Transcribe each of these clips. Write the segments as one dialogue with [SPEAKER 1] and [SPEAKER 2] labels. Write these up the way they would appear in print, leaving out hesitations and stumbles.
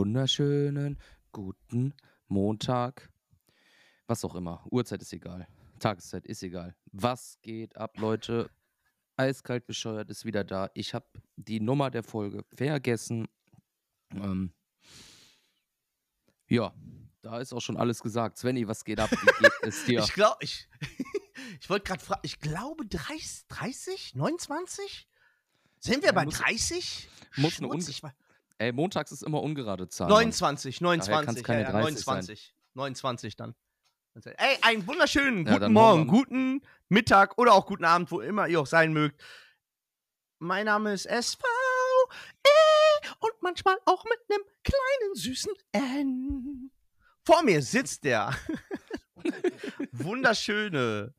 [SPEAKER 1] wunderschönen guten Montag. Was auch immer. Uhrzeit ist egal. Tageszeit ist egal. Was geht ab, Leute? Eiskalt bescheuert ist wieder da. Ich habe die Nummer der Folge vergessen. Ähm, ja, da ist auch schon alles gesagt. Svenny, was geht ab? Wie geht es dir?
[SPEAKER 2] Ich glaube, ich wollte gerade fragen, ich glaube 30, 29? Sind wir
[SPEAKER 1] Ja,
[SPEAKER 2] bei
[SPEAKER 1] muss-
[SPEAKER 2] 30?
[SPEAKER 1] muss eine
[SPEAKER 2] Schmutz, ich war-
[SPEAKER 1] Ey, montags ist immer ungerade Zahl. Mann.
[SPEAKER 2] 29,
[SPEAKER 1] Daher kann's
[SPEAKER 2] 29,
[SPEAKER 1] keine
[SPEAKER 2] ja,
[SPEAKER 1] 30 sein.
[SPEAKER 2] 29 dann. Ey, einen wunderschönen
[SPEAKER 1] Ja,
[SPEAKER 2] guten
[SPEAKER 1] dann
[SPEAKER 2] Morgen,
[SPEAKER 1] hauen wir-
[SPEAKER 2] guten Mittag oder auch guten Abend, wo immer ihr auch sein mögt. Mein Name ist SV und manchmal auch mit einem kleinen süßen N. Vor mir sitzt der wunderschöne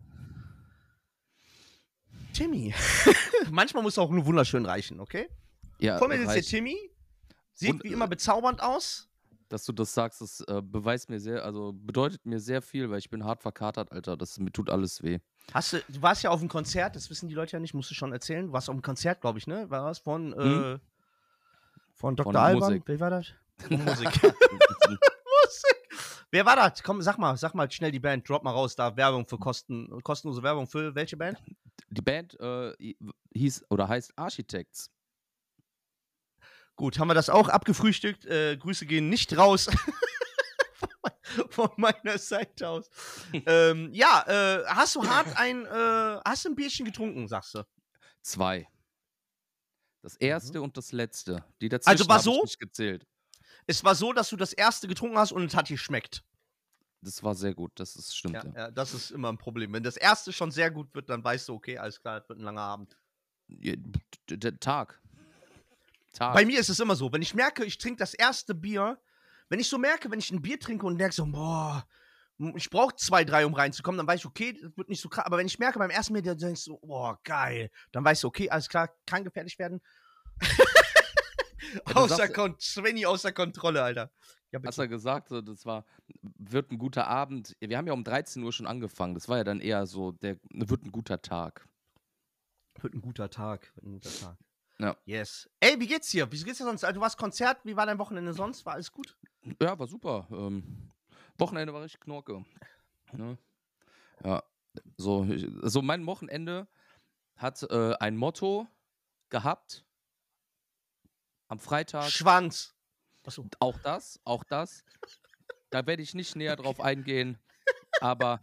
[SPEAKER 2] Timmy. Manchmal muss auch nur wunderschön reichen, okay?
[SPEAKER 1] Ja,
[SPEAKER 2] Vor mir sitzt der
[SPEAKER 1] reicht.
[SPEAKER 2] Timmy. Sieht
[SPEAKER 1] Und-
[SPEAKER 2] wie immer bezaubernd aus.
[SPEAKER 1] Dass du das sagst, das beweist mir sehr, also bedeutet mir sehr viel, weil ich bin hart verkatert, Alter. Mir tut alles weh.
[SPEAKER 2] Du warst ja auf dem Konzert, das wissen die Leute ja nicht, musst du schon erzählen. Du warst auf dem Konzert, glaube ich, ne? War das von Dr.
[SPEAKER 1] Von
[SPEAKER 2] Alban?
[SPEAKER 1] Musik.
[SPEAKER 2] Wer war das? Musik. Musik. Wer war das? Komm, sag mal schnell die Band, drop mal raus, da Werbung für kostenlose Werbung für welche Band?
[SPEAKER 1] Die Band hieß oder heißt Architects.
[SPEAKER 2] Gut, haben wir das auch abgefrühstückt. Grüße gehen nicht raus. Von meiner Seite aus. Hast du hast du ein Bierchen getrunken, sagst du?
[SPEAKER 1] 2. Das erste und das letzte. Die
[SPEAKER 2] Also
[SPEAKER 1] dazwischen
[SPEAKER 2] war
[SPEAKER 1] habe ich
[SPEAKER 2] so?
[SPEAKER 1] nicht gezählt.
[SPEAKER 2] Es war so, dass du das erste getrunken hast und es hat dir schmeckt.
[SPEAKER 1] Das war sehr gut, stimmt, ja.
[SPEAKER 2] Ja, das ist immer ein Problem. Wenn das erste schon sehr gut wird, dann weißt du, okay, alles klar, das wird ein langer Abend.
[SPEAKER 1] Tag.
[SPEAKER 2] Bei mir ist es immer so, wenn ich merke, ich trinke das erste Bier, wenn ich ein Bier trinke und merke so, boah, ich brauche 2, 3, um reinzukommen, dann weiß ich, okay, das wird nicht so krass. Aber wenn ich merke, beim ersten Bier, dann denkst du, boah, geil, dann weißt du, okay, alles klar, kann gefährlich werden. Svenny außer Kontrolle, Alter. Ja,
[SPEAKER 1] Hast du gesagt, so, wird ein guter Abend. Wir haben ja um 13 Uhr schon angefangen. Das war ja dann eher so, wird ein guter Tag.
[SPEAKER 2] Wird ein guter Tag.
[SPEAKER 1] Ja.
[SPEAKER 2] Yes. Ey, wie geht's dir? Wie geht's dir sonst? Also, du warst Konzert, wie war dein Wochenende sonst? War alles gut?
[SPEAKER 1] Ja, war super. Wochenende war richtig knorke. Ne? Ja, so mein Wochenende hat ein Motto gehabt. Am Freitag.
[SPEAKER 2] Schwanz. Achso.
[SPEAKER 1] Auch das. Da werde ich nicht näher drauf eingehen. Aber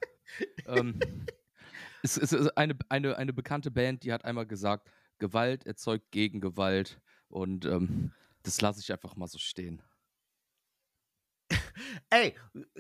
[SPEAKER 1] es ist eine bekannte Band, die hat einmal gesagt, Gewalt erzeugt Gegengewalt. Und das lasse ich einfach mal so stehen.
[SPEAKER 2] Ey,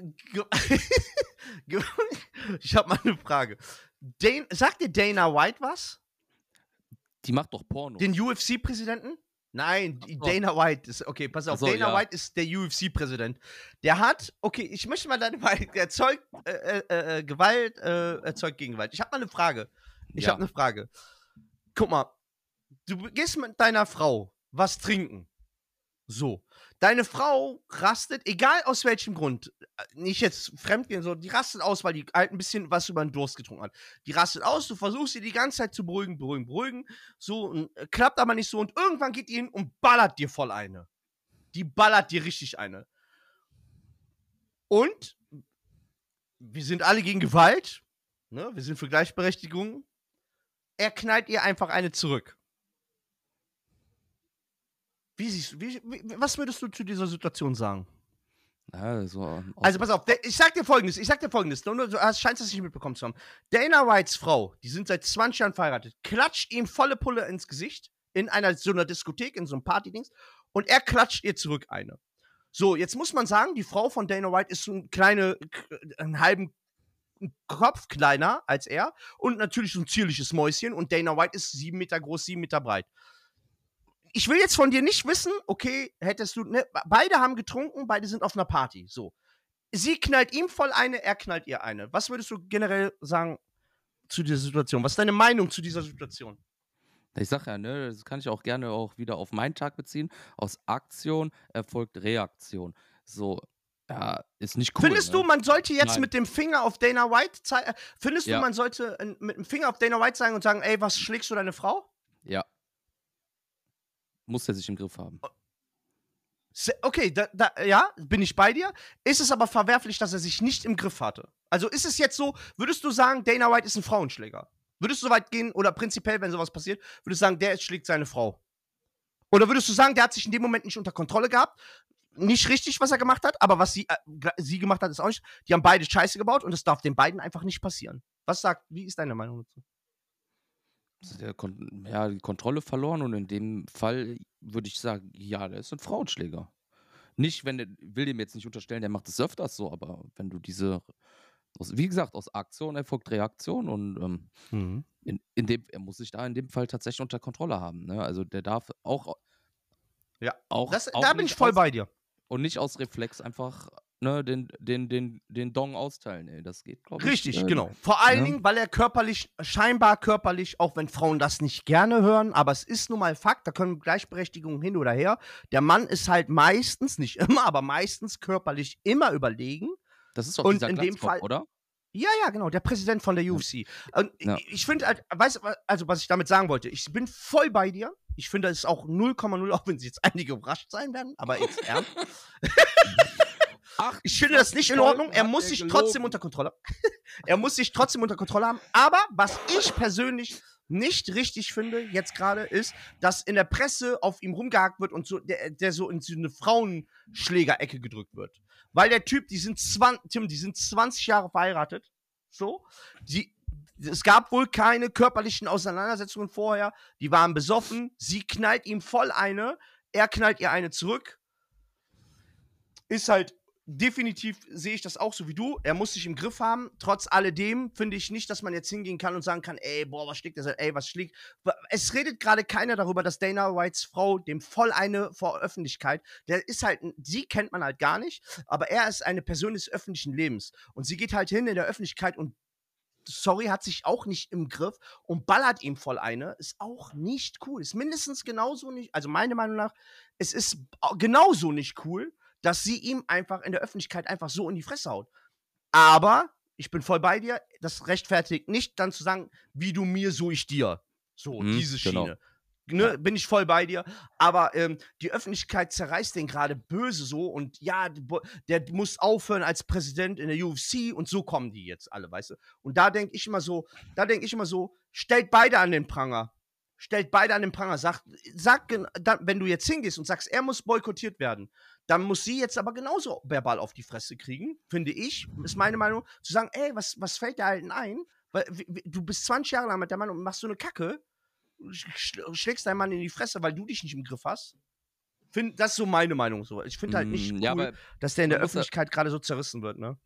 [SPEAKER 2] ich habe mal eine Frage. Sagt dir Dana White was?
[SPEAKER 1] Die macht doch Porno.
[SPEAKER 2] Den UFC-Präsidenten? Nein, Dana White ist, okay, pass auf, Dana White ist der UFC-Präsident. Der hat, okay, ich möchte mal deine Meinung, Gewalt erzeugt Gegengewalt. Ich habe mal eine Frage. Guck mal, du gehst mit deiner Frau was trinken. So. Deine Frau rastet, egal aus welchem Grund, nicht jetzt fremdgehen, so, die rastet aus, weil die halt ein bisschen was über den Durst getrunken hat. Die rastet aus, du versuchst sie die ganze Zeit zu beruhigen, so, und, klappt aber nicht so, und irgendwann geht die hin und ballert dir voll eine. Die ballert dir richtig eine. Und wir sind alle gegen Gewalt, ne? Wir sind für Gleichberechtigung. Er knallt ihr einfach eine zurück. Was würdest du zu dieser Situation sagen?
[SPEAKER 1] Also
[SPEAKER 2] pass auf, ich sag dir folgendes, du scheinst es nicht mitbekommen zu haben. Dana Whites Frau, die sind seit 20 Jahren verheiratet, klatscht ihm volle Pulle ins Gesicht, in so einer Diskothek, in so einem Partydings, und er klatscht ihr zurück eine. So, jetzt muss man sagen, die Frau von Dana White ist so einen halben Kopf kleiner als er und natürlich so ein zierliches Mäuschen, und Dana White ist 7 Meter groß, 7 Meter breit. Ich will jetzt von dir nicht wissen, okay, beide haben getrunken, beide sind auf einer Party, so. Sie knallt ihm voll eine, er knallt ihr eine. Was würdest du generell sagen zu dieser Situation? Was ist deine Meinung zu dieser Situation?
[SPEAKER 1] Ich sag ja, ne, das kann ich auch gerne auch wieder auf meinen Tag beziehen. Aus Aktion erfolgt Reaktion. So, ja, ist nicht cool.
[SPEAKER 2] Findest du, man sollte jetzt
[SPEAKER 1] mit
[SPEAKER 2] dem Finger auf Dana White zeigen? Findest du, man sollte mit dem Finger auf Dana White zeigen und sagen, ey, was schlägst du deine Frau?
[SPEAKER 1] Ja. Muss er sich im Griff haben.
[SPEAKER 2] Okay, ja, bin ich bei dir. Ist es aber verwerflich, dass er sich nicht im Griff hatte? Also ist es jetzt so, würdest du sagen, Dana White ist ein Frauenschläger? Würdest du so weit gehen, oder prinzipiell, wenn sowas passiert, würdest du sagen, der schlägt seine Frau? Oder würdest du sagen, der hat sich in dem Moment nicht unter Kontrolle gehabt? Nicht richtig, was er gemacht hat, aber was sie gemacht hat, ist auch nicht. Die haben beide Scheiße gebaut und das darf den beiden einfach nicht passieren. Wie ist deine Meinung dazu?
[SPEAKER 1] Die Kontrolle verloren und in dem Fall würde ich sagen, ja, der ist ein Frauenschläger. Nicht, will dem jetzt nicht unterstellen, der macht es öfters so, aber wenn du wie gesagt, aus Aktion erfolgt Reaktion und
[SPEAKER 2] Mhm.
[SPEAKER 1] er muss sich da in dem Fall tatsächlich unter Kontrolle haben. Ne? Also der darf
[SPEAKER 2] Ja,
[SPEAKER 1] auch
[SPEAKER 2] da bin ich voll bei dir.
[SPEAKER 1] und nicht aus Reflex einfach den Dong austeilen. Ey. Das geht, glaube ich.
[SPEAKER 2] Richtig, genau. Vor allen Dingen, weil er scheinbar körperlich, auch wenn Frauen das nicht gerne hören, aber es ist nun mal Fakt, da können Gleichberechtigungen hin oder her. Der Mann ist halt meistens, nicht immer, aber meistens körperlich immer überlegen.
[SPEAKER 1] Das ist doch
[SPEAKER 2] Und
[SPEAKER 1] dieser
[SPEAKER 2] in dem
[SPEAKER 1] Glatzkopf,
[SPEAKER 2] Fall,
[SPEAKER 1] oder?
[SPEAKER 2] ja, genau, der Präsident von der UFC. Und
[SPEAKER 1] Ja.
[SPEAKER 2] ich finde halt, weißt du, also was ich damit sagen wollte, ich bin voll bei dir. Ich finde, das ist auch 0,0, auch wenn sie jetzt einige überrascht sein werden, aber jetzt ernst. Ich finde das nicht in Ordnung. Er muss sich trotzdem unter Kontrolle Er muss sich trotzdem unter Kontrolle haben. Aber was ich persönlich nicht richtig finde, jetzt gerade, ist, dass in der Presse auf ihm rumgehakt wird und so, der so in so eine Frauenschlägerecke gedrückt wird. Weil der Typ, die sind 20 Jahre verheiratet. So. Es gab wohl keine körperlichen Auseinandersetzungen vorher. Die waren besoffen. Sie knallt ihm voll eine. Er knallt ihr eine zurück. Ist halt definitiv, sehe ich das auch so wie du. Er muss sich im Griff haben. Trotz alledem finde ich nicht, dass man jetzt hingehen kann und sagen kann, ey, boah, was schlägt der? Ey, was schlägt? Es redet gerade keiner darüber, dass Dana Whites Frau dem voll eine vor Öffentlichkeit, sie kennt man halt gar nicht, aber er ist eine Person des öffentlichen Lebens. Und sie geht halt hin in der Öffentlichkeit und hat sich auch nicht im Griff und ballert ihm voll eine. Ist auch nicht cool. Ist mindestens genauso nicht, also meiner Meinung nach, es ist genauso nicht cool, dass sie ihm einfach in der Öffentlichkeit einfach so in die Fresse haut. Aber ich bin voll bei dir, das rechtfertigt nicht, dann zu sagen, wie du mir, so ich dir. So, diese Schiene. Genau. Ne, bin ich voll bei dir. Aber die Öffentlichkeit zerreißt den gerade böse so und ja, der muss aufhören als Präsident in der UFC und so kommen die jetzt alle, weißt du. Und da denke ich immer so, stellt beide an den Pranger. Wenn du jetzt hingehst und sagst, er muss boykottiert werden, dann muss sie jetzt aber genauso verbal auf die Fresse kriegen, finde ich, ist meine Meinung, zu sagen, ey, was fällt der Alten ein? Weil du bist 20 Jahre lang mit der Mann und machst so eine Kacke, schlägst deinen Mann in die Fresse, weil du dich nicht im Griff hast. Das ist so meine Meinung. So. Ich finde halt nicht cool, dass der in der Öffentlichkeit gerade so zerrissen wird, ne?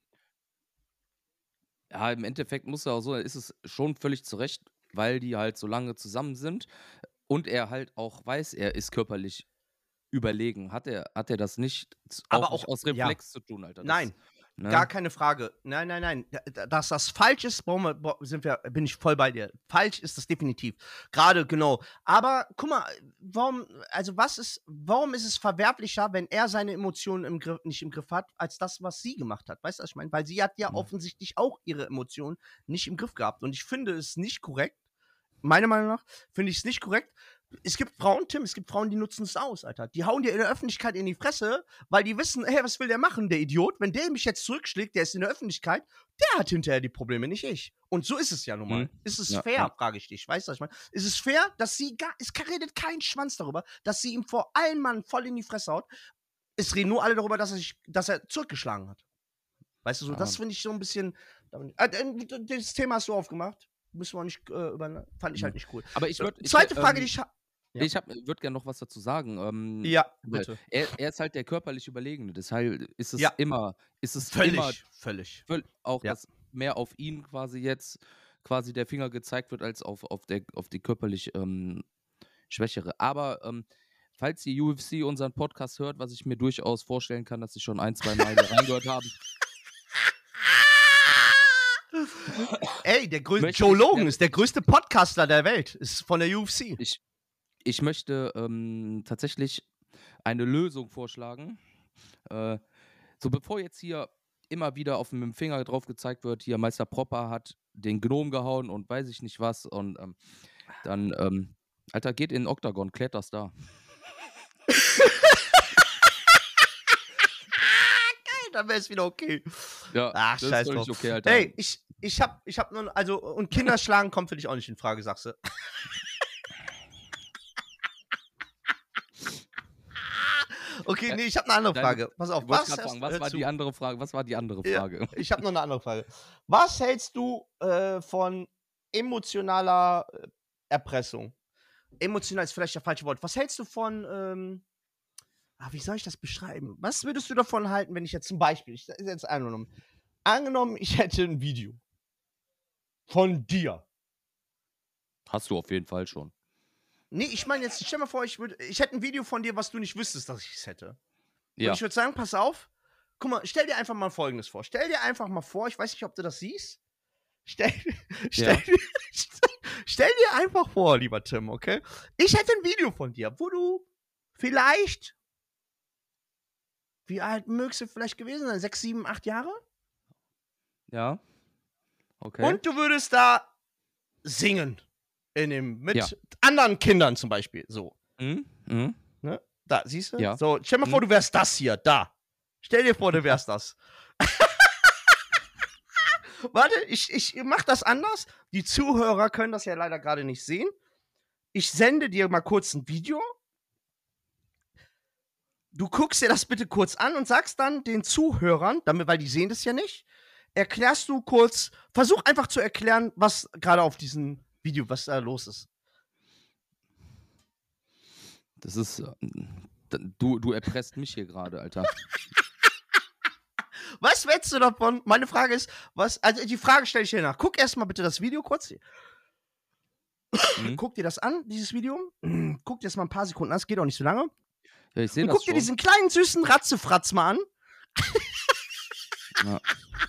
[SPEAKER 1] Ja, im Endeffekt ist es schon völlig zurecht, weil die halt so lange zusammen sind und er halt auch weiß, er ist körperlich überlegen. Hat er das nicht,
[SPEAKER 2] aber
[SPEAKER 1] auch nicht aus Reflex zu tun, Alter?
[SPEAKER 2] Nein, gar keine Frage. Nein. Dass das falsch ist, bin ich voll bei dir. Falsch ist das definitiv. Gerade, genau. Aber guck mal, warum ist es verwerflicher, wenn er seine Emotionen nicht im Griff hat, als das, was sie gemacht hat? Weißt du, was ich meine? Weil sie hat ja offensichtlich auch ihre Emotionen nicht im Griff gehabt. Und ich finde es nicht korrekt. Meiner Meinung nach finde ich es nicht korrekt. Es gibt Frauen, die nutzen es aus, Alter. Die hauen dir in der Öffentlichkeit in die Fresse, weil die wissen, hey, was will der machen, der Idiot? Wenn der mich jetzt zurückschlägt, der ist in der Öffentlichkeit, der hat hinterher die Probleme, nicht ich. Und so ist es ja nun mal. Ist es fair, frage ich dich. Weißt du, was ich meine? Ist es fair, dass es redet kein Schwanz darüber, dass sie ihm vor allen Mann voll in die Fresse haut? Es reden nur alle darüber, dass er zurückgeschlagen hat. Weißt du, so, das finde ich so ein bisschen. Das Thema hast du aufgemacht. Müssen wir nicht fand ich halt nicht cool.
[SPEAKER 1] Aber
[SPEAKER 2] zweite Frage, die ich habe.
[SPEAKER 1] Ja. Ich würde gerne noch was dazu sagen.
[SPEAKER 2] Ja, bitte.
[SPEAKER 1] Er ist halt der körperlich Überlegene, deshalb ist es
[SPEAKER 2] völlig.
[SPEAKER 1] Auch, dass mehr auf ihn quasi der Finger gezeigt wird, als auf die körperlich Schwächere. Aber falls die UFC unseren Podcast hört, was ich mir durchaus vorstellen kann, dass sie schon 1-2 Mal reingehört haben.
[SPEAKER 2] Ey, Joe Rogan ist der größte Podcaster der Welt, ist von der UFC.
[SPEAKER 1] Ich möchte tatsächlich eine Lösung vorschlagen. So, bevor jetzt hier immer wieder mit dem Finger drauf gezeigt wird, hier Meister Propper hat den Gnom gehauen und weiß ich nicht was. Und dann, Alter, geht in den Oktagon, klärt das da.
[SPEAKER 2] Dann wäre es wieder okay.
[SPEAKER 1] Ja,
[SPEAKER 2] Ach,
[SPEAKER 1] das ist
[SPEAKER 2] scheiß
[SPEAKER 1] völlig
[SPEAKER 2] drauf.
[SPEAKER 1] okay, Alter.
[SPEAKER 2] Ey, ich hab nur, also, und Kinder schlagen kommt für dich auch nicht in Frage, sagst du. Okay, nee, ich habe eine andere Frage. Pass auf,
[SPEAKER 1] Ich wollte
[SPEAKER 2] was
[SPEAKER 1] gerade
[SPEAKER 2] hast
[SPEAKER 1] fragen, was
[SPEAKER 2] hör
[SPEAKER 1] war
[SPEAKER 2] zu.
[SPEAKER 1] die andere Frage? Was war die andere
[SPEAKER 2] Ja,
[SPEAKER 1] Frage?
[SPEAKER 2] ich habe noch eine andere Frage. Was hältst du von emotionaler Erpressung? Emotional ist vielleicht das falsche Wort. Was hältst du von, wie soll ich das beschreiben? Was würdest du davon halten, wenn ich jetzt zum Beispiel, ich jetzt angenommen, ich hätte ein Video von dir.
[SPEAKER 1] Hast du auf jeden Fall schon.
[SPEAKER 2] Nee, ich meine jetzt, stell mal vor, ich hätte ein Video von dir, was du nicht wüsstest, dass ich es hätte. Und
[SPEAKER 1] Ja.
[SPEAKER 2] ich würde sagen, pass auf, guck mal, stell dir einfach mal Folgendes vor. Stell dir einfach mal vor, ich weiß nicht, ob du das siehst. Stell dir einfach vor, lieber Tim, okay? Ich hätte ein Video von dir, wo du vielleicht, wie alt mögst du vielleicht gewesen sein? 6, 7, 8 Jahre?
[SPEAKER 1] Ja. Okay.
[SPEAKER 2] Und du würdest da singen. Mit
[SPEAKER 1] Ja.
[SPEAKER 2] anderen Kindern zum Beispiel. So.
[SPEAKER 1] Mhm.
[SPEAKER 2] Ne? Da, siehst du?
[SPEAKER 1] Ja.
[SPEAKER 2] So, stell dir mal vor, du wärst das hier. Da. Stell dir vor, du wärst das. Warte, ich mach das anders. Die Zuhörer können das ja leider gerade nicht sehen. Ich sende dir mal kurz ein Video. Du guckst dir das bitte kurz an und sagst dann den Zuhörern, weil die sehen das ja nicht, erklärst du kurz, versuch einfach zu erklären, was gerade auf diesem Video, was da los ist.
[SPEAKER 1] Das ist. Du erpresst mich hier gerade, Alter.
[SPEAKER 2] Was willst du davon? Meine Frage ist, also die Frage stelle ich hier nach. Guck erstmal bitte das Video kurz. Guck dir das an, dieses Video. Guck dir das mal ein paar Sekunden an, es geht auch nicht so lange.
[SPEAKER 1] Ja, ich sehe
[SPEAKER 2] Und
[SPEAKER 1] das
[SPEAKER 2] guck dir
[SPEAKER 1] schon.
[SPEAKER 2] diesen kleinen, süßen Ratzefratz mal an.
[SPEAKER 1] Ja.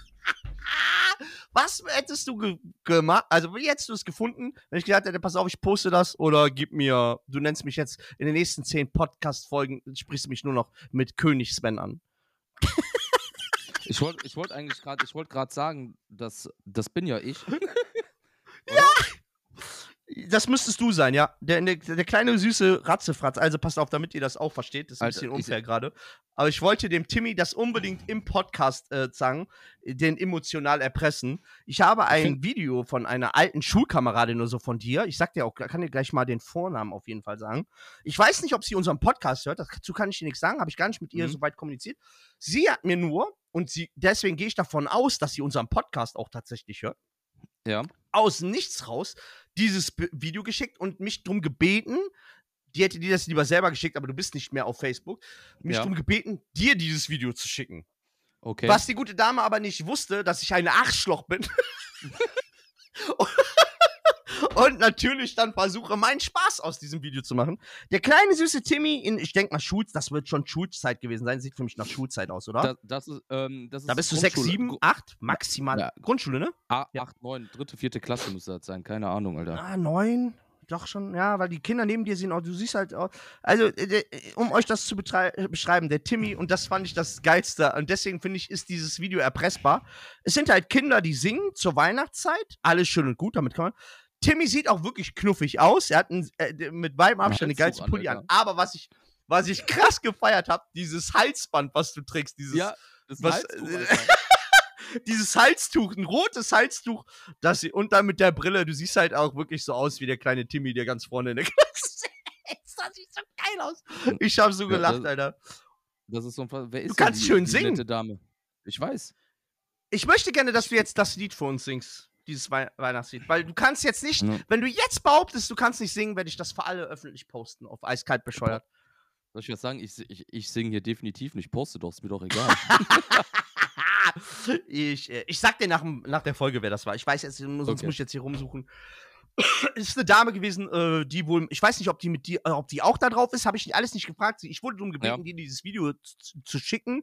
[SPEAKER 2] Was hättest du gemacht? Also, wie hättest du es gefunden, wenn ich gesagt hätte, pass auf, ich poste das oder du nennst mich jetzt in den nächsten 10 Podcast-Folgen, sprichst du mich nur noch mit König Sven an.
[SPEAKER 1] Ich wollte gerade sagen, das bin ja ich.
[SPEAKER 2] Ja! Das müsstest du sein, ja. Der kleine, süße Ratzefratz. Also passt auf, damit ihr das auch versteht. Das ist ein bisschen unfair gerade. Aber ich wollte dem Timmy das unbedingt im Podcast sagen, den emotional erpressen. Ich habe ein Video von einer alten Schulkameradin oder so von dir. Ich sag dir auch, kann dir gleich mal den Vornamen auf jeden Fall sagen. Ich weiß nicht, ob sie unseren Podcast hört. Dazu kann ich dir nichts sagen. Habe ich gar nicht mit ihr so weit kommuniziert. Sie hat mir nur, deswegen gehe ich davon aus, dass sie unseren Podcast auch tatsächlich hört.
[SPEAKER 1] Ja.
[SPEAKER 2] Aus nichts raus dieses Video geschickt und mich drum gebeten, die hätte dir das lieber selber geschickt, aber du bist nicht mehr auf Facebook, mich drum gebeten, dir dieses Video zu schicken.
[SPEAKER 1] Okay.
[SPEAKER 2] Was die gute Dame aber nicht wusste, dass ich ein Arschloch bin. Und natürlich dann versuche, meinen Spaß aus diesem Video zu machen. Der kleine, süße Timmy ich denke mal, das wird schon Schulzeit gewesen sein. Sieht für mich nach Schulzeit aus, oder?
[SPEAKER 1] Das ist
[SPEAKER 2] da bist du 6, 7, 8, maximal. Ja. Grundschule, ne?
[SPEAKER 1] 8, 9, 3., 4. Klasse müsste das sein. Keine Ahnung, Alter.
[SPEAKER 2] 9? Doch schon, ja, weil die Kinder neben dir sind auch, du siehst halt auch, also, um euch das zu beschreiben, der Timmy, und das fand ich das Geilste, und deswegen finde ich, ist dieses Video erpressbar. Es sind halt Kinder, die singen zur Weihnachtszeit, alles schön und gut, damit kann man. Timmy sieht auch wirklich knuffig aus, er hat mit weitem Abstand eine geilste Pulli an, aber was ich krass gefeiert habe, dieses Halsband, was du trägst,
[SPEAKER 1] das Halstuch, Alter.
[SPEAKER 2] Dieses Halstuch, ein rotes Halstuch, und dann mit der Brille, du siehst halt auch wirklich so aus wie der kleine Timmy, der ganz vorne in der Klasse ist. Das sieht so geil aus. Ich hab so gelacht, Alter.
[SPEAKER 1] Das ist so ein Wer ist
[SPEAKER 2] du kannst schön singen.
[SPEAKER 1] Nette Dame? Ich weiß.
[SPEAKER 2] Ich möchte gerne, dass du jetzt das Lied für uns singst, dieses Weihnachtslied, weil du kannst jetzt nicht, wenn du jetzt behauptest, du kannst nicht singen, werde ich das für alle öffentlich posten, auf eiskalt bescheuert.
[SPEAKER 1] Soll ich was sagen? Ich singe hier definitiv nicht, poste doch, ist mir doch egal.
[SPEAKER 2] Ich sag dir nach der Folge, wer das war. Ich weiß jetzt, sonst muss ich jetzt hier rumsuchen. Es ist eine Dame gewesen, die wohl, ich weiß nicht, ob die auch da drauf ist, habe ich alles nicht gefragt. Ich wurde darum gebeten, dir dieses Video zu schicken.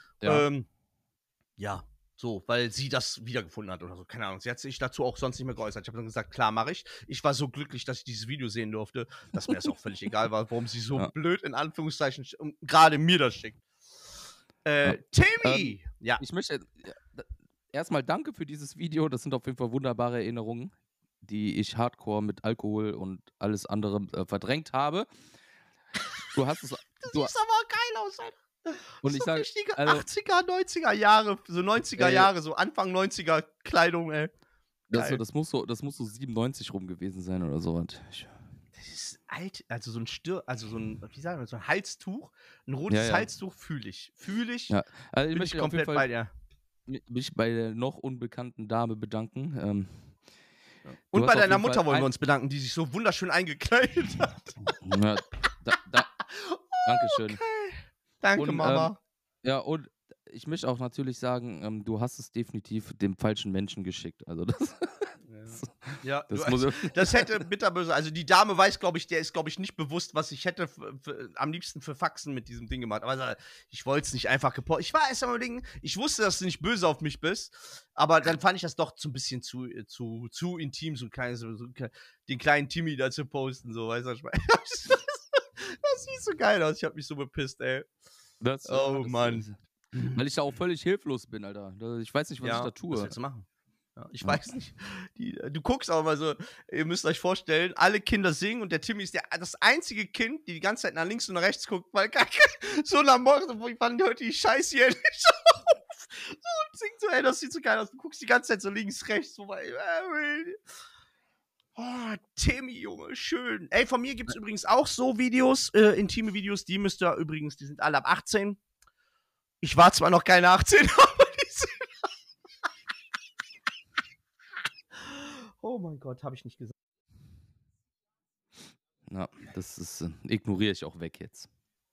[SPEAKER 2] Ja. So, weil sie das wiedergefunden hat oder so. Keine Ahnung. Sie hat sich dazu auch sonst nicht mehr geäußert. Ich habe dann gesagt, klar, mache ich. Ich war so glücklich, dass ich dieses Video sehen durfte, dass mir das auch völlig egal war, warum sie so blöd in Anführungszeichen gerade mir das schickt. Timmy!
[SPEAKER 1] Ich möchte erstmal danke für dieses Video. Das sind auf jeden Fall wunderbare Erinnerungen, die ich hardcore mit Alkohol und alles andere verdrängt habe. Du siehst
[SPEAKER 2] aber geil aus, Alter.
[SPEAKER 1] Und ich
[SPEAKER 2] So
[SPEAKER 1] sage,
[SPEAKER 2] richtige
[SPEAKER 1] also,
[SPEAKER 2] 80er, 90er Jahre, so 90er
[SPEAKER 1] ey,
[SPEAKER 2] Jahre, so Anfang 90er Kleidung, ey. Geil.
[SPEAKER 1] das muss so 97 rum gewesen sein oder so.
[SPEAKER 2] Das ist alt, also so ein, wie sagen wir, so ein Halstuch, ein
[SPEAKER 1] Ja,
[SPEAKER 2] rotes
[SPEAKER 1] ja.
[SPEAKER 2] Halstuch fühle ich.
[SPEAKER 1] Ja. Also ich
[SPEAKER 2] Bin ich
[SPEAKER 1] möchte auf jeden
[SPEAKER 2] komplett
[SPEAKER 1] Fall
[SPEAKER 2] bei dir.
[SPEAKER 1] mich bei der noch unbekannten Dame bedanken.
[SPEAKER 2] Ja.
[SPEAKER 1] Du
[SPEAKER 2] Und
[SPEAKER 1] hast
[SPEAKER 2] bei
[SPEAKER 1] auf
[SPEAKER 2] deiner
[SPEAKER 1] jeden Fall
[SPEAKER 2] Mutter wollen wir uns bedanken, die sich so wunderschön eingekleidet hat.
[SPEAKER 1] Ja, Dankeschön.
[SPEAKER 2] Okay. Danke,
[SPEAKER 1] Und
[SPEAKER 2] Mama.
[SPEAKER 1] ja, und ich möchte auch natürlich sagen, du hast es definitiv dem falschen Menschen geschickt. Also das,
[SPEAKER 2] Ja,
[SPEAKER 1] das
[SPEAKER 2] du,
[SPEAKER 1] muss
[SPEAKER 2] das hätte bitterböse. Also die Dame weiß, glaube ich, der ist, glaube ich, nicht bewusst, was ich hätte am liebsten für Faxen mit diesem Ding gemacht. Aber ich wollte es nicht einfach gepostet. Ich war erst einmal Ding, ich wusste, dass du nicht böse auf mich bist, aber dann fand ich das doch ein bisschen zu intim, so ein kleines, den kleinen Timmy da zu posten, so, weißt du, was ich meine? Das sieht so geil aus. Ich habe mich so bepisst, ey. Oh, Mann.
[SPEAKER 1] Weil ich da auch völlig hilflos bin, Alter. Ich weiß nicht, was ich da tue.
[SPEAKER 2] Was willst du machen? Ja, ich weiß nicht. Du guckst auch mal so, ihr müsst euch vorstellen, alle Kinder singen und der Timmy ist das einzige Kind, die ganze Zeit nach links und nach rechts guckt, weil so nach morgen, wo ich fand, hört die Scheiße hier nicht auf. So und singt so, ey, das sieht so geil aus. Du guckst die ganze Zeit so links, rechts vorbei. Oh, Timmy, Junge, schön. Ey, von mir gibt es übrigens auch so Videos, intime Videos, die müsst ihr übrigens, die sind alle ab 18. Ich war zwar noch keine 18, aber die sind. Oh mein Gott, habe ich nicht gesagt.
[SPEAKER 1] Ja, das ist, ignoriere ich auch weg jetzt.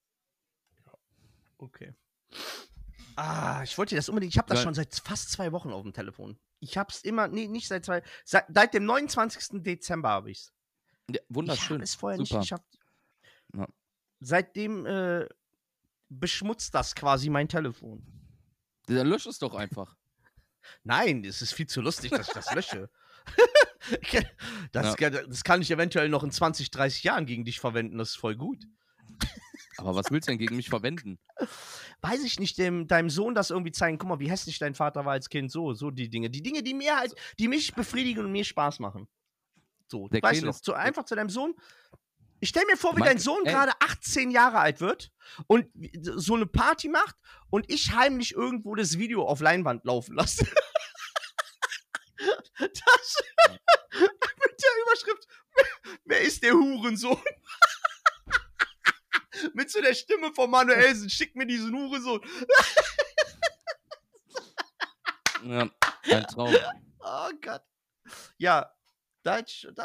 [SPEAKER 2] Okay. Ich wollte dir das unbedingt, ich habe das schon seit fast 2 Wochen auf dem Telefon. Ich hab's immer, nee, nicht seit dem 29. Dezember habe ich's.
[SPEAKER 1] Ja, wunderschön.
[SPEAKER 2] Ich habe es vorher
[SPEAKER 1] Super.
[SPEAKER 2] nicht geschafft. Ja. Seitdem beschmutzt das quasi mein Telefon.
[SPEAKER 1] Dann lösch es doch einfach.
[SPEAKER 2] Nein, es ist viel zu lustig, dass ich das lösche. Das kann ich eventuell noch in 20, 30 Jahren gegen dich verwenden, das ist voll gut.
[SPEAKER 1] Aber was willst du denn gegen mich verwenden?
[SPEAKER 2] Weiß ich nicht, deinem Sohn das irgendwie zeigen, guck mal, wie hässlich dein Vater war als Kind, so die Dinge. Die Dinge, die mir halt, die mich befriedigen und mir Spaß machen. So,
[SPEAKER 1] Der
[SPEAKER 2] weißt du
[SPEAKER 1] Kleine
[SPEAKER 2] noch, einfach zu deinem Sohn. Ich stell mir vor, wie dein Sohn gerade 18 Jahre alt wird und so eine Party macht und ich heimlich irgendwo das Video auf Leinwand laufen lasse. Das mit der Überschrift, wer ist der Hurensohn? Mit so der Stimme von Manuelsen, schick mir diesen Hurensohn.
[SPEAKER 1] Ja, ein Traum.
[SPEAKER 2] Oh Gott. Ja, wäre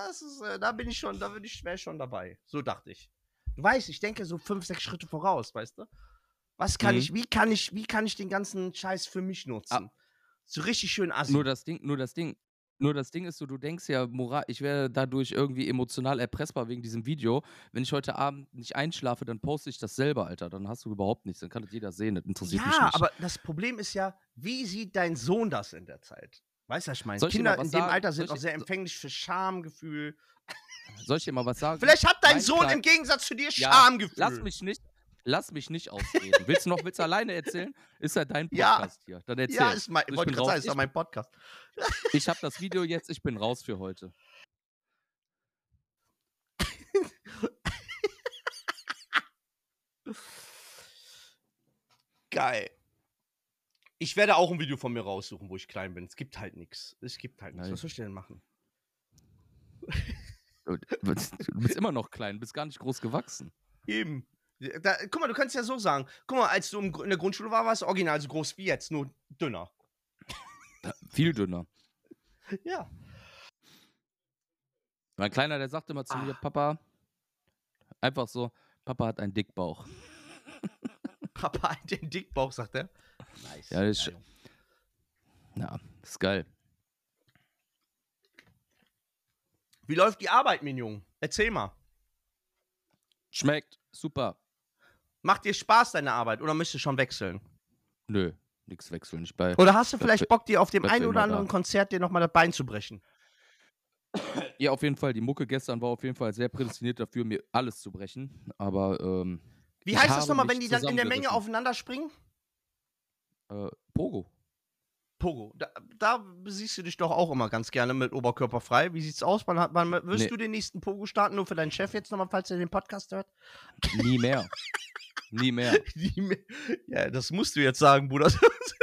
[SPEAKER 2] ich schon dabei. So dachte ich. Du weißt, ich denke so 5, 6 Schritte voraus, weißt du? Wie kann ich den ganzen Scheiß für mich nutzen? So richtig schön assi.
[SPEAKER 1] Nur das Ding ist so, du denkst ja, ich werde dadurch irgendwie emotional erpressbar wegen diesem Video. Wenn ich heute Abend nicht einschlafe, dann poste ich das selber, Alter. Dann hast du überhaupt nichts. Dann kann das jeder sehen. Das interessiert mich nicht.
[SPEAKER 2] Ja, aber das Problem ist ja, wie sieht dein Sohn das in der Zeit? Weißt du, was ich meine? Kinder in dem Alter sind auch sehr empfänglich für Schamgefühl.
[SPEAKER 1] Soll ich dir mal was sagen?
[SPEAKER 2] Vielleicht hat dein Sohn im Gegensatz zu dir Schamgefühl.
[SPEAKER 1] Lass mich nicht ausreden. Willst du alleine erzählen? Ist ja dein Podcast hier. Dann erzähl.
[SPEAKER 2] Ja, wollte gerade sagen, ist doch mein Podcast.
[SPEAKER 1] Ich habe das Video jetzt, ich bin raus für heute.
[SPEAKER 2] Geil. Ich werde auch ein Video von mir raussuchen, wo ich klein bin. Es gibt halt nichts. Was soll ich denn machen?
[SPEAKER 1] Du bist immer noch klein, bist gar nicht groß gewachsen.
[SPEAKER 2] Eben. Guck mal, du kannst ja so sagen. Guck mal, als du in der Grundschule warst du original so groß wie jetzt, nur dünner.
[SPEAKER 1] Viel dünner.
[SPEAKER 2] Ja.
[SPEAKER 1] Mein Kleiner, der sagt immer zu mir, Papa, einfach so, Papa hat einen Dickbauch.
[SPEAKER 2] Papa hat den Dickbauch, sagt er. Nice.
[SPEAKER 1] Ja, das ist geil.
[SPEAKER 2] Wie läuft die Arbeit, mein Junge? Erzähl mal.
[SPEAKER 1] Schmeckt super.
[SPEAKER 2] Macht dir Spaß, deine Arbeit, oder möchtest du schon wechseln?
[SPEAKER 1] Nö, nix wechseln.
[SPEAKER 2] Oder hast du vielleicht Bock, dir auf dem einen oder anderen Konzert dir nochmal das Bein zu brechen?
[SPEAKER 1] Ja, auf jeden Fall. Die Mucke gestern war auf jeden Fall sehr prädestiniert dafür, mir alles zu brechen. Aber,
[SPEAKER 2] wie heißt das nochmal, wenn die dann in der Menge aufeinander springen?
[SPEAKER 1] Pogo.
[SPEAKER 2] Pogo. Da siehst du dich doch auch immer ganz gerne mit Oberkörper frei. Wie sieht's aus? Wann wirst
[SPEAKER 1] Nee.
[SPEAKER 2] du den nächsten Pogo starten? Nur für deinen Chef jetzt nochmal, falls er den Podcast hört?
[SPEAKER 1] Nie mehr. Nie mehr.
[SPEAKER 2] Ja, das musst du jetzt sagen, Bruder.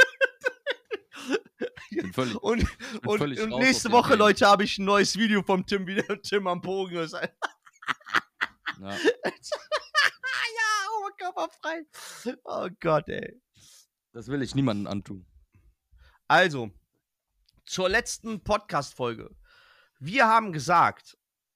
[SPEAKER 1] Bin völlig,
[SPEAKER 2] Und
[SPEAKER 1] völlig raus
[SPEAKER 2] nächste
[SPEAKER 1] aus dem
[SPEAKER 2] Woche,
[SPEAKER 1] Game.
[SPEAKER 2] Leute, habe ich ein neues Video vom Tim, wie der Tim am Pogen ist.
[SPEAKER 1] Ja.
[SPEAKER 2] Ja, oberkörperfrei. Oh Gott, ey.
[SPEAKER 1] Das will ich niemandem antun.
[SPEAKER 2] Also, zur letzten Podcast-Folge. Wir haben gesagt,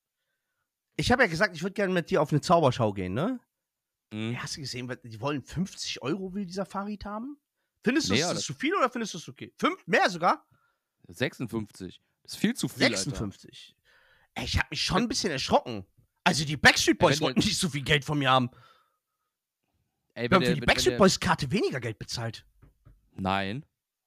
[SPEAKER 2] ich habe ja gesagt, ich würde gerne mit dir auf eine Zauberschau gehen, ne?
[SPEAKER 1] Mhm.
[SPEAKER 2] Hast du gesehen, die wollen 50 € will dieser Farid haben? Findest du
[SPEAKER 1] Mehr,
[SPEAKER 2] das
[SPEAKER 1] das-
[SPEAKER 2] zu viel oder findest du es okay? Mehr sogar?
[SPEAKER 1] 56. Das ist viel zu viel, Alter.
[SPEAKER 2] 56. Ey, ich habe mich schon ein bisschen erschrocken. Also die Backstreet Boys
[SPEAKER 1] wenn der-
[SPEAKER 2] wollten nicht so viel Geld von mir haben.
[SPEAKER 1] Ey,
[SPEAKER 2] Wir haben für die Backstreet Boys Karte weniger Geld bezahlt.
[SPEAKER 1] Nein.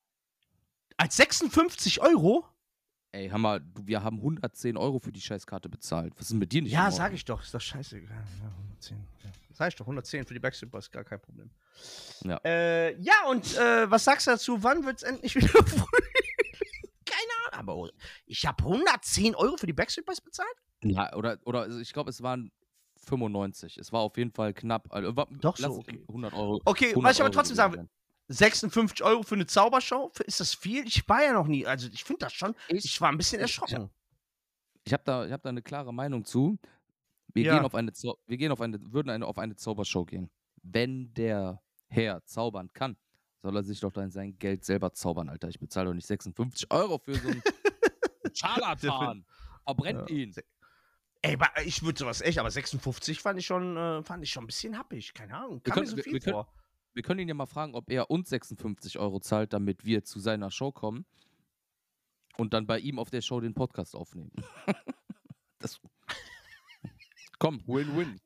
[SPEAKER 2] Als 56 €?
[SPEAKER 1] Ey, wir haben 110 € für die Scheißkarte bezahlt. Was ist denn mit dir nicht
[SPEAKER 2] Ja,
[SPEAKER 1] in Ordnung?
[SPEAKER 2] sag ich doch. Ist doch scheißegal. Ja, 110. Ja. Sag ich doch, 110 für die Backstreet Boys, gar kein Problem.
[SPEAKER 1] Ja.
[SPEAKER 2] Ja, und was sagst du dazu? Wann wird's endlich wieder früh? Keine Ahnung, aber ich habe 110 € für die Backstreet Boys bezahlt?
[SPEAKER 1] Ja, oder also ich glaube, es waren 95. Es war auf jeden Fall knapp. Also,
[SPEAKER 2] Doch,
[SPEAKER 1] lass
[SPEAKER 2] so,
[SPEAKER 1] es
[SPEAKER 2] okay.
[SPEAKER 1] 100 €.
[SPEAKER 2] Okay,
[SPEAKER 1] 100
[SPEAKER 2] was ich aber
[SPEAKER 1] €
[SPEAKER 2] trotzdem
[SPEAKER 1] gewesen
[SPEAKER 2] sagen will,
[SPEAKER 1] sein.
[SPEAKER 2] 56 € für eine Zaubershow? Ist das viel? Ich war ja noch nie. Also, ich finde das schon. Ich war ein bisschen
[SPEAKER 1] ich-
[SPEAKER 2] erschrocken.
[SPEAKER 1] Ich habe da eine klare Meinung zu. Wir
[SPEAKER 2] Ja.
[SPEAKER 1] würden auf eine Zaubershow gehen. Wenn der Herr zaubern kann, soll er sich doch dann sein Geld selber zaubern, Alter. Ich bezahle doch nicht 56 € für so einen Scharlatan. Verbrennt
[SPEAKER 2] Ja.
[SPEAKER 1] ihn.
[SPEAKER 2] Ey, ich würde sowas echt, aber 56 fand ich schon ein bisschen happig. Keine Ahnung.
[SPEAKER 1] Wir
[SPEAKER 2] Kam mir
[SPEAKER 1] können-
[SPEAKER 2] so
[SPEAKER 1] wir-
[SPEAKER 2] viel
[SPEAKER 1] wir können-
[SPEAKER 2] vor.
[SPEAKER 1] Wir können ihn ja mal fragen, ob er uns 56 € zahlt, damit wir zu seiner Show kommen und dann bei ihm auf der Show den Podcast aufnehmen. Das Komm, Win-Win.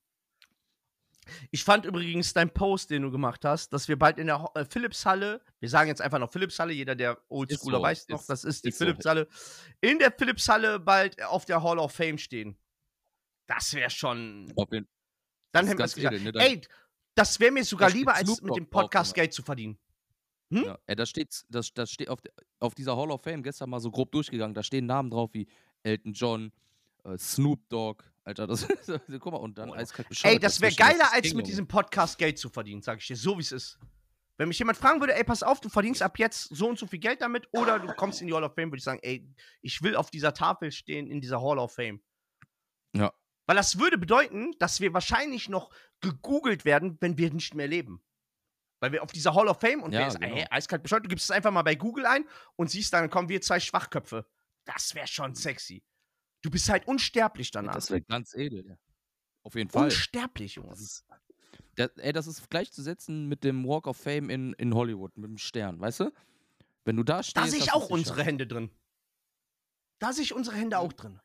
[SPEAKER 2] Ich fand übrigens deinen Post, den du gemacht hast, dass wir bald in der Philips-Halle, wir sagen jetzt einfach noch Philips-Halle, jeder, der Oldschooler
[SPEAKER 1] so,
[SPEAKER 2] weiß noch,
[SPEAKER 1] ist-
[SPEAKER 2] das ist die
[SPEAKER 1] ist so.
[SPEAKER 2] Philips-Halle, in der Philips-Halle bald auf der Hall of Fame stehen. Das wäre schon.
[SPEAKER 1] Auf jeden-
[SPEAKER 2] Dann
[SPEAKER 1] ist
[SPEAKER 2] hätten wir es
[SPEAKER 1] ganz
[SPEAKER 2] gesagt.
[SPEAKER 1] edel, ne? Dann-
[SPEAKER 2] Ey, das wäre mir sogar
[SPEAKER 1] Da steht
[SPEAKER 2] lieber, als
[SPEAKER 1] Snoop
[SPEAKER 2] mit
[SPEAKER 1] Dogg
[SPEAKER 2] dem
[SPEAKER 1] drauf,
[SPEAKER 2] Podcast
[SPEAKER 1] Junge.
[SPEAKER 2] Geld zu verdienen.
[SPEAKER 1] Ja, das steht auf dieser Hall of Fame gestern mal so grob durchgegangen. Da stehen Namen drauf wie Elton John, Snoop Dogg, Alter, das guck mal, und dann eiskalt bescheuert.
[SPEAKER 2] Ey, das wäre
[SPEAKER 1] dazwischen,
[SPEAKER 2] geiler,
[SPEAKER 1] ist
[SPEAKER 2] als
[SPEAKER 1] King,
[SPEAKER 2] mit
[SPEAKER 1] Junge.
[SPEAKER 2] diesem Podcast Geld zu verdienen, sag ich dir, so wie es ist. Wenn mich jemand fragen würde, ey, pass auf, du verdienst ab jetzt so und so viel Geld damit oder du kommst in die Hall of Fame, würde ich sagen, ey, ich will auf dieser Tafel stehen in dieser Hall of Fame.
[SPEAKER 1] Ja.
[SPEAKER 2] Weil das würde bedeuten, dass wir wahrscheinlich noch gegoogelt werden, wenn wir nicht mehr leben. Weil wir auf dieser Hall of Fame und
[SPEAKER 1] Ja,
[SPEAKER 2] wer ist,
[SPEAKER 1] genau.
[SPEAKER 2] ey, eiskalt bescheuert, du gibst es einfach mal bei Google ein und siehst, dann kommen wir zwei Schwachköpfe. Das wäre schon sexy. Du bist halt unsterblich danach.
[SPEAKER 1] Das wäre ganz edel, ja. Auf jeden Fall.
[SPEAKER 2] Unsterblich, Junge.
[SPEAKER 1] Das ist gleichzusetzen mit dem Walk of Fame in Hollywood, mit dem Stern, weißt du? Wenn du da stehst.
[SPEAKER 2] Da sehe ich
[SPEAKER 1] hast
[SPEAKER 2] auch
[SPEAKER 1] du's
[SPEAKER 2] unsere
[SPEAKER 1] sicher.
[SPEAKER 2] Hände drin. Da sehe ich unsere Hände auch drin.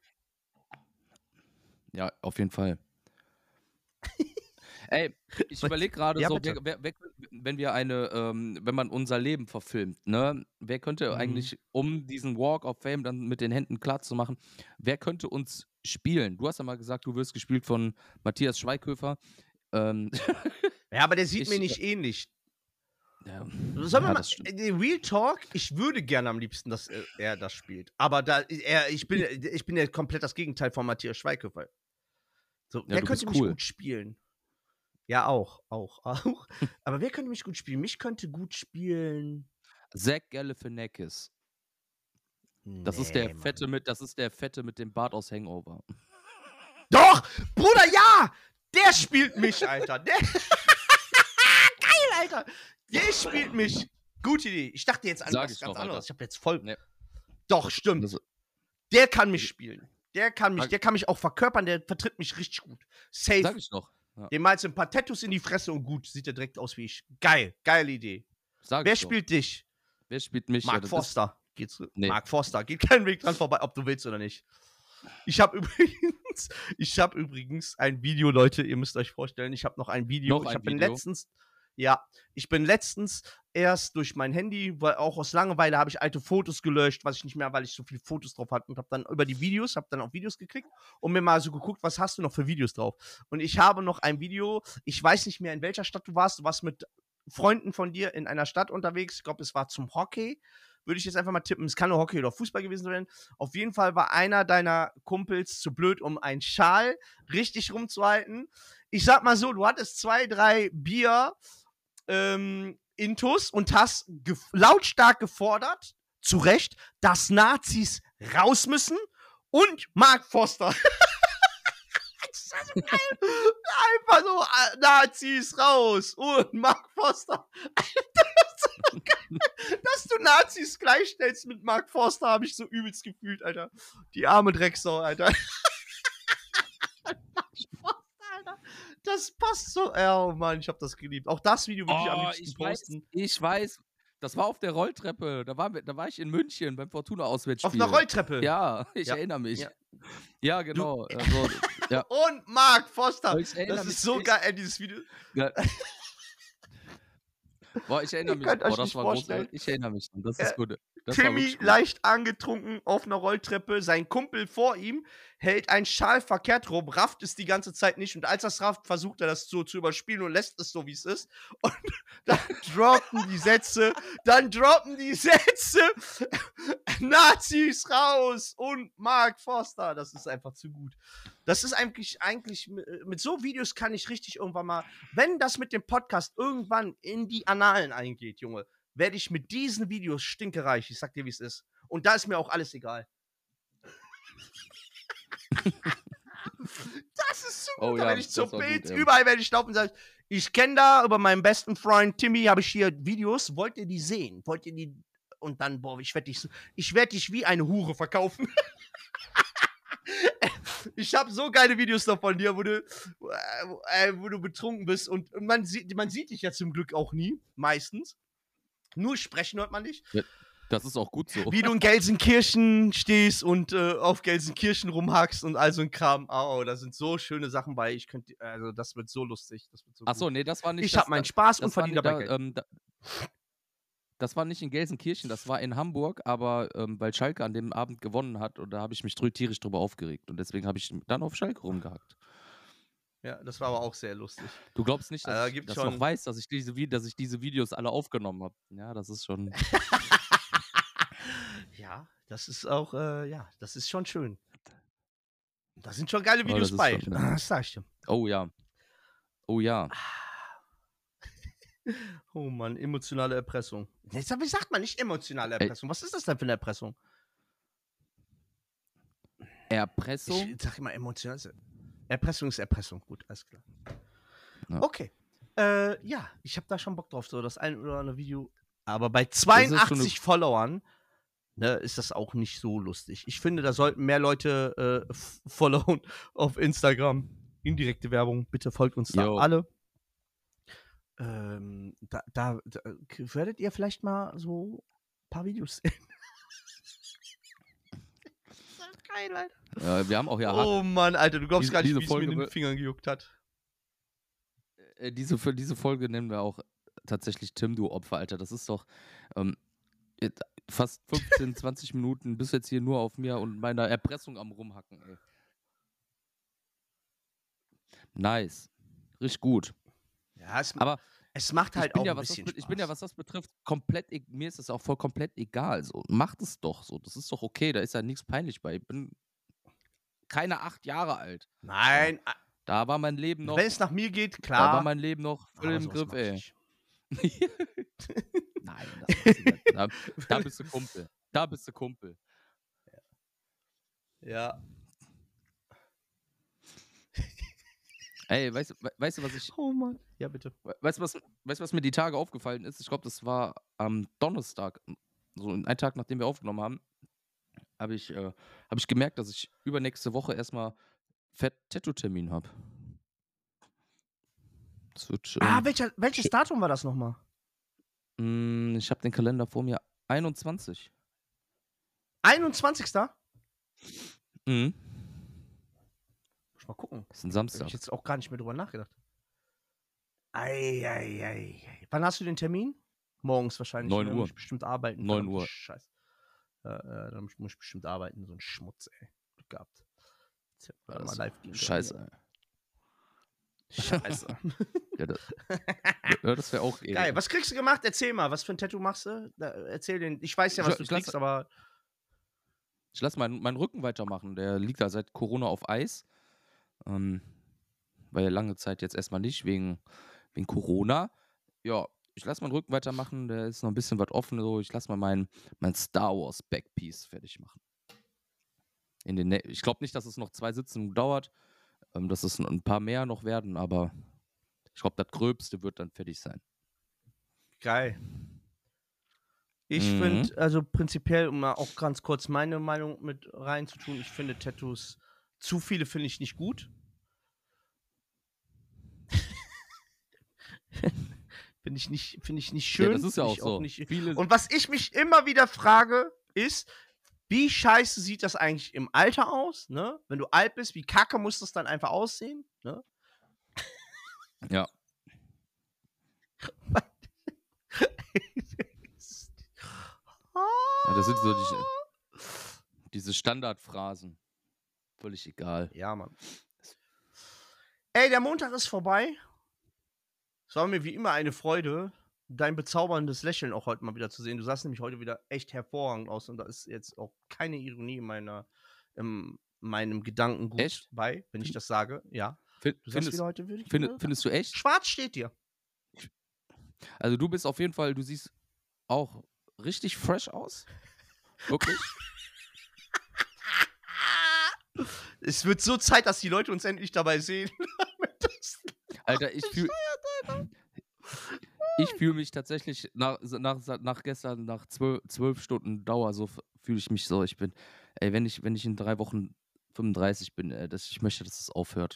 [SPEAKER 1] Ja, auf jeden Fall. Ey, ich überlege gerade
[SPEAKER 2] Ja,
[SPEAKER 1] so,
[SPEAKER 2] bitte.
[SPEAKER 1] wenn man unser Leben verfilmt, ne, wer könnte eigentlich, um diesen Walk of Fame dann mit den Händen klar zu machen, wer könnte uns spielen? Du hast ja mal gesagt, du wirst gespielt von Matthias Schweighöfer.
[SPEAKER 2] Ja, aber der sieht
[SPEAKER 1] Ich-
[SPEAKER 2] mir nicht ähnlich.
[SPEAKER 1] Ja,
[SPEAKER 2] Sollen wir
[SPEAKER 1] ja,
[SPEAKER 2] mal,
[SPEAKER 1] das stimmt.
[SPEAKER 2] Real Talk, ich würde gerne am liebsten, dass er das spielt. Aber ich bin ja komplett das Gegenteil von Matthias Schweighöfer. So, wer
[SPEAKER 1] du
[SPEAKER 2] könnte
[SPEAKER 1] bist
[SPEAKER 2] mich
[SPEAKER 1] cool.
[SPEAKER 2] gut spielen? Ja, auch. Aber wer könnte mich gut spielen? Mich könnte gut spielen.
[SPEAKER 1] Zach Galifianakis. Das ist der Fette mit dem Bart aus Hangover.
[SPEAKER 2] Doch! Bruder, ja! Der spielt mich, Alter. Geil, Alter. Der spielt mich. Gute Idee. Ich dachte jetzt an
[SPEAKER 1] Sag
[SPEAKER 2] was
[SPEAKER 1] ich
[SPEAKER 2] ganz
[SPEAKER 1] doch,
[SPEAKER 2] anderes.
[SPEAKER 1] Alter.
[SPEAKER 2] Ich habe jetzt voll.
[SPEAKER 1] Nee.
[SPEAKER 2] Doch, stimmt.
[SPEAKER 1] Das-
[SPEAKER 2] Der kann mich spielen. Der kann
[SPEAKER 1] Sag-
[SPEAKER 2] mich auch verkörpern, der vertritt mich richtig gut. Safe.
[SPEAKER 1] Sag ich doch. Ja,
[SPEAKER 2] Dem malst du ein paar Tattoos in die Fresse und gut, sieht er direkt aus wie ich. Geil, geile Idee.
[SPEAKER 1] sag
[SPEAKER 2] Wer
[SPEAKER 1] ich doch.
[SPEAKER 2] spielt dich?
[SPEAKER 1] Wer spielt mich? Ja,
[SPEAKER 2] Mark
[SPEAKER 1] das ist-
[SPEAKER 2] Forster.
[SPEAKER 1] Nee.
[SPEAKER 2] Mark Forster. Geht kein Weg dran vorbei, ob du willst oder nicht. Ich habe übrigens ein Video, Leute, ihr müsst euch vorstellen, ich habe noch ein Video.
[SPEAKER 1] Noch ein
[SPEAKER 2] bin
[SPEAKER 1] Video?
[SPEAKER 2] ich bin letztens erst durch mein Handy, weil auch aus Langeweile habe ich alte Fotos gelöscht, was ich nicht mehr, weil ich so viele Fotos drauf hatte und habe dann über die Videos, habe dann auf Videos geklickt und mir mal so geguckt, was hast du noch für Videos drauf? Und ich habe noch ein Video, ich weiß nicht mehr, in welcher Stadt du warst mit Freunden von dir in einer Stadt unterwegs, ich glaube, es war zum Hockey würde ich jetzt einfach mal tippen. Es kann nur Hockey oder Fußball gewesen sein. Auf jeden Fall war einer deiner Kumpels zu blöd, um einen Schal richtig rumzuhalten. Ich sag mal so, du hattest 2, 3 Bier Intus und hast lautstark gefordert, zu Recht, dass Nazis raus müssen und Mark Foster. Das ist so geil. Einfach so, Nazis raus und Mark Foster. Das ist so geil. Dass du Nazis gleichstellst mit Mark Foster, habe ich so übelst gefühlt, Alter. Die arme Drecksau, Alter. Alter. Das passt so. Oh Mann, ich hab das geliebt. Auch das Video würde ich am liebsten posten.
[SPEAKER 1] Ich weiß. Das war auf der Rolltreppe. Da war ich in München beim Fortuna-Auswärtsspiel.
[SPEAKER 2] Auf einer Rolltreppe?
[SPEAKER 1] Ja, ich erinnere mich. Ja, genau. Also, ja.
[SPEAKER 2] Und Mark Foster.
[SPEAKER 1] Ich
[SPEAKER 2] Das ist so geil, dieses Video.
[SPEAKER 1] Ja. Boah, ich erinnere mich.
[SPEAKER 2] Boah,
[SPEAKER 1] das war großartig. Ich erinnere mich. Das ist gut. Das
[SPEAKER 2] Timmy leicht angetrunken auf einer Rolltreppe. Sein Kumpel vor ihm hält einen Schal verkehrt rum, rafft es die ganze Zeit nicht. Und als er es rafft, versucht er das so zu überspielen und lässt es so, wie es ist. Und dann droppen die Sätze. Nazis raus und Mark Foster. Das ist einfach zu gut. Das ist eigentlich mit so Videos kann ich richtig irgendwann mal, wenn das mit dem Podcast irgendwann in die Annalen eingeht, Junge, werde ich mit diesen Videos stinkereich. Ich sag dir, wie es ist. Und da ist mir auch alles egal. Das ist so gut. Da werde ich zur Bild, überall werde ich laufen und sagen, ich kenne da über meinen besten Freund Timmy, habe ich hier Videos. Wollt ihr die sehen? Wollt ihr die? Und dann, boah, ich werde dich wie eine Hure verkaufen. Ich habe so geile Videos noch von dir, wo du betrunken bist und man sieht dich ja zum Glück auch nie, meistens. Nur sprechen hört man nicht.
[SPEAKER 1] Ja, das ist auch gut so.
[SPEAKER 2] Wie du in Gelsenkirchen stehst und auf Gelsenkirchen rumhackst und all so ein Kram. Oh, da sind so schöne Sachen bei. Also das wird so lustig.
[SPEAKER 1] Achso, nee, das war nicht.
[SPEAKER 2] Ich habe meinen Spaß und verdiene dabei Geld.
[SPEAKER 1] Das war nicht in Gelsenkirchen, das war in Hamburg, aber weil Schalke an dem Abend gewonnen hat und da habe ich mich tierisch drüber aufgeregt und deswegen habe ich dann auf Schalke rumgehackt.
[SPEAKER 2] Ja, das war aber auch sehr lustig.
[SPEAKER 1] Du glaubst nicht, dass ich das noch weiß, dass ich diese Videos alle aufgenommen habe. Ja, das ist schon...
[SPEAKER 2] Ja, das ist auch, das ist schon schön. Da sind schon geile Videos bei. Das sag ich dir.
[SPEAKER 1] Oh ja. Oh ja.
[SPEAKER 2] Oh Mann, emotionale Erpressung. Wie sagt man nicht emotionale Erpressung? Was ist das denn für eine Erpressung?
[SPEAKER 1] Erpressung?
[SPEAKER 2] Ich sag immer emotional. Erpressung ist Erpressung. Gut, alles klar. Ja. Okay. Ich habe da schon Bock drauf, so das ein oder andere Video. Aber bei 82 Followern ist das auch nicht so lustig. Ich finde, da sollten mehr Leute followen auf Instagram. Indirekte Werbung. Bitte folgt uns da alle. Da werdet ihr vielleicht mal so ein paar Videos sehen. Das ist halt geil, Alter.
[SPEAKER 1] Ja, wir haben auch ja.
[SPEAKER 2] Oh Mann, Alter, du glaubst gar nicht, wie es mir in den Fingern gejuckt hat.
[SPEAKER 1] Diese Folge nennen wir auch tatsächlich Tim, du Opfer, Alter. Das ist doch fast 15, 20 Minuten bist jetzt hier nur auf mir und meiner Erpressung am Rumhacken, ey. Nice. Richtig gut.
[SPEAKER 2] Ja, aber es macht halt auch ein bisschen Spaß.
[SPEAKER 1] Ich bin ja, was das betrifft, mir ist das auch voll komplett egal. So. Macht es doch so. Das ist doch okay. Da ist ja nichts peinlich bei. Ich bin keine 8 Jahre alt.
[SPEAKER 2] Nein.
[SPEAKER 1] Ja. Da war mein Leben noch.
[SPEAKER 2] Wenn es nach mir geht, klar.
[SPEAKER 1] Da war mein Leben noch voll im Griff, ey. Nein, da bist du Kumpel. Da bist du Kumpel.
[SPEAKER 2] Ja.
[SPEAKER 1] Ey, weißt du, was ich...
[SPEAKER 2] Oh Mann. Ja, bitte.
[SPEAKER 1] Weißt du, was mir die Tage aufgefallen ist? Ich glaube, das war am Donnerstag, so einen Tag, nachdem wir aufgenommen haben, habe ich gemerkt, dass ich übernächste Woche erstmal Tattoo-Termin habe.
[SPEAKER 2] Welches Datum war das nochmal?
[SPEAKER 1] Ich habe den Kalender vor mir. 21.
[SPEAKER 2] 21.
[SPEAKER 1] Mhm.
[SPEAKER 2] Muss mal gucken.
[SPEAKER 1] Das ist ein Samstag.
[SPEAKER 2] Hab ich jetzt auch gar nicht mehr drüber nachgedacht. Wann hast du den Termin? Morgens wahrscheinlich.
[SPEAKER 1] 9 Uhr.
[SPEAKER 2] Muss ich bestimmt arbeiten.
[SPEAKER 1] 9 Uhr.
[SPEAKER 2] Scheiße. Dann muss ich bestimmt arbeiten. So ein Schmutz, ey. Glück gehabt. Jetzt hätten wir mal live gehen können.
[SPEAKER 1] Scheiße, ey.
[SPEAKER 2] Scheiße.
[SPEAKER 1] Ja, das wäre auch
[SPEAKER 2] Geil. Was kriegst du gemacht? Erzähl mal, was für ein Tattoo machst du? Erzähl den. Ich weiß ja, was du kriegst, aber.
[SPEAKER 1] Ich lasse meinen Rücken weitermachen. Der liegt da seit Corona auf Eis. War ja lange Zeit jetzt erstmal nicht, wegen Corona. Ja, ich lasse meinen Rücken weitermachen. Der ist noch ein bisschen was offen. So. Ich lasse mal mein Star Wars Backpiece fertig machen. Ich glaube nicht, dass es noch 2 Sitzungen dauert. Dass es ein paar mehr noch werden, aber ich glaube, das Gröbste wird dann fertig sein.
[SPEAKER 2] Geil. Ich finde, also prinzipiell, um mal auch ganz kurz meine Meinung mit reinzutun, ich finde Tattoos, zu viele finde ich nicht gut. Finde ich nicht schön.
[SPEAKER 1] Ja, das ist ja auch so.
[SPEAKER 2] Und was ich mich immer wieder frage, ist, wie scheiße sieht das eigentlich im Alter aus, ne? Wenn du alt bist, wie kacke muss das dann einfach aussehen, ne?
[SPEAKER 1] Ja. Ja, das sind so diese Standardphrasen. Völlig egal.
[SPEAKER 2] Ja, Mann. Ey, der Montag ist vorbei. Es war mir wie immer eine Freude, dein bezauberndes Lächeln auch heute mal wieder zu sehen. Du sahst nämlich heute wieder echt hervorragend aus und da ist jetzt auch keine Ironie in meinem Gedankengut
[SPEAKER 1] echt?
[SPEAKER 2] bei, wenn ich das sage. Ja.
[SPEAKER 1] Findest du echt?
[SPEAKER 2] Schwarz steht dir.
[SPEAKER 1] Also du bist auf jeden Fall, du siehst auch richtig fresh aus. Wirklich?
[SPEAKER 2] Es wird so Zeit, dass die Leute uns endlich dabei sehen.
[SPEAKER 1] Alter, ich fühle mich tatsächlich nach gestern, nach 12 Stunden Dauer, so fühle ich mich so. Ich bin, wenn ich in 3 Wochen 35 bin, ich möchte, dass es aufhört.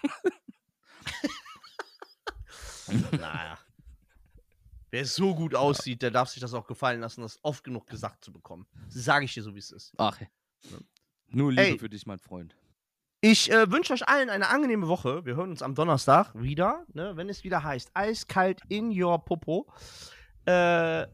[SPEAKER 2] Naja. Wer so gut aussieht, der darf sich das auch gefallen lassen, das oft genug gesagt zu bekommen. Das sage ich dir so, wie es ist.
[SPEAKER 1] Ach, nur Liebe für dich, mein Freund.
[SPEAKER 2] Ich wünsche euch allen eine angenehme Woche. Wir hören uns am Donnerstag wieder, ne, wenn es wieder heißt, eiskalt in your Popo. Ja,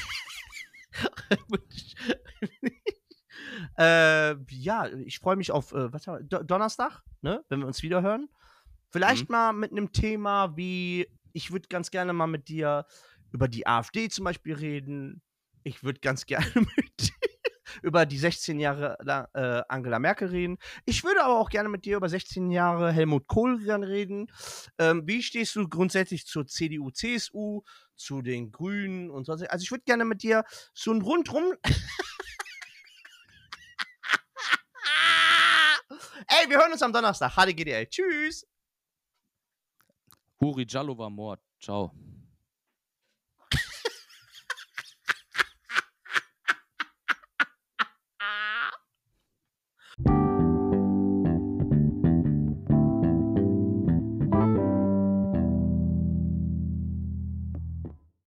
[SPEAKER 2] ich freue mich auf Donnerstag, ne, wenn wir uns wieder hören. Vielleicht mal mit einem Thema wie, ich würde ganz gerne mal mit dir über die AfD zum Beispiel reden. Ich würde ganz gerne mit dir über die 16 Jahre Angela Merkel reden. Ich würde aber auch gerne mit dir über 16 Jahre Helmut Kohl reden. Wie stehst du grundsätzlich zur CDU, CSU, zu den Grünen und so? Also ich würde gerne mit dir so ein Rundrum... Ey, wir hören uns am Donnerstag. HDGDL. Tschüss.
[SPEAKER 1] Huri Jallo war Mord. Ciao.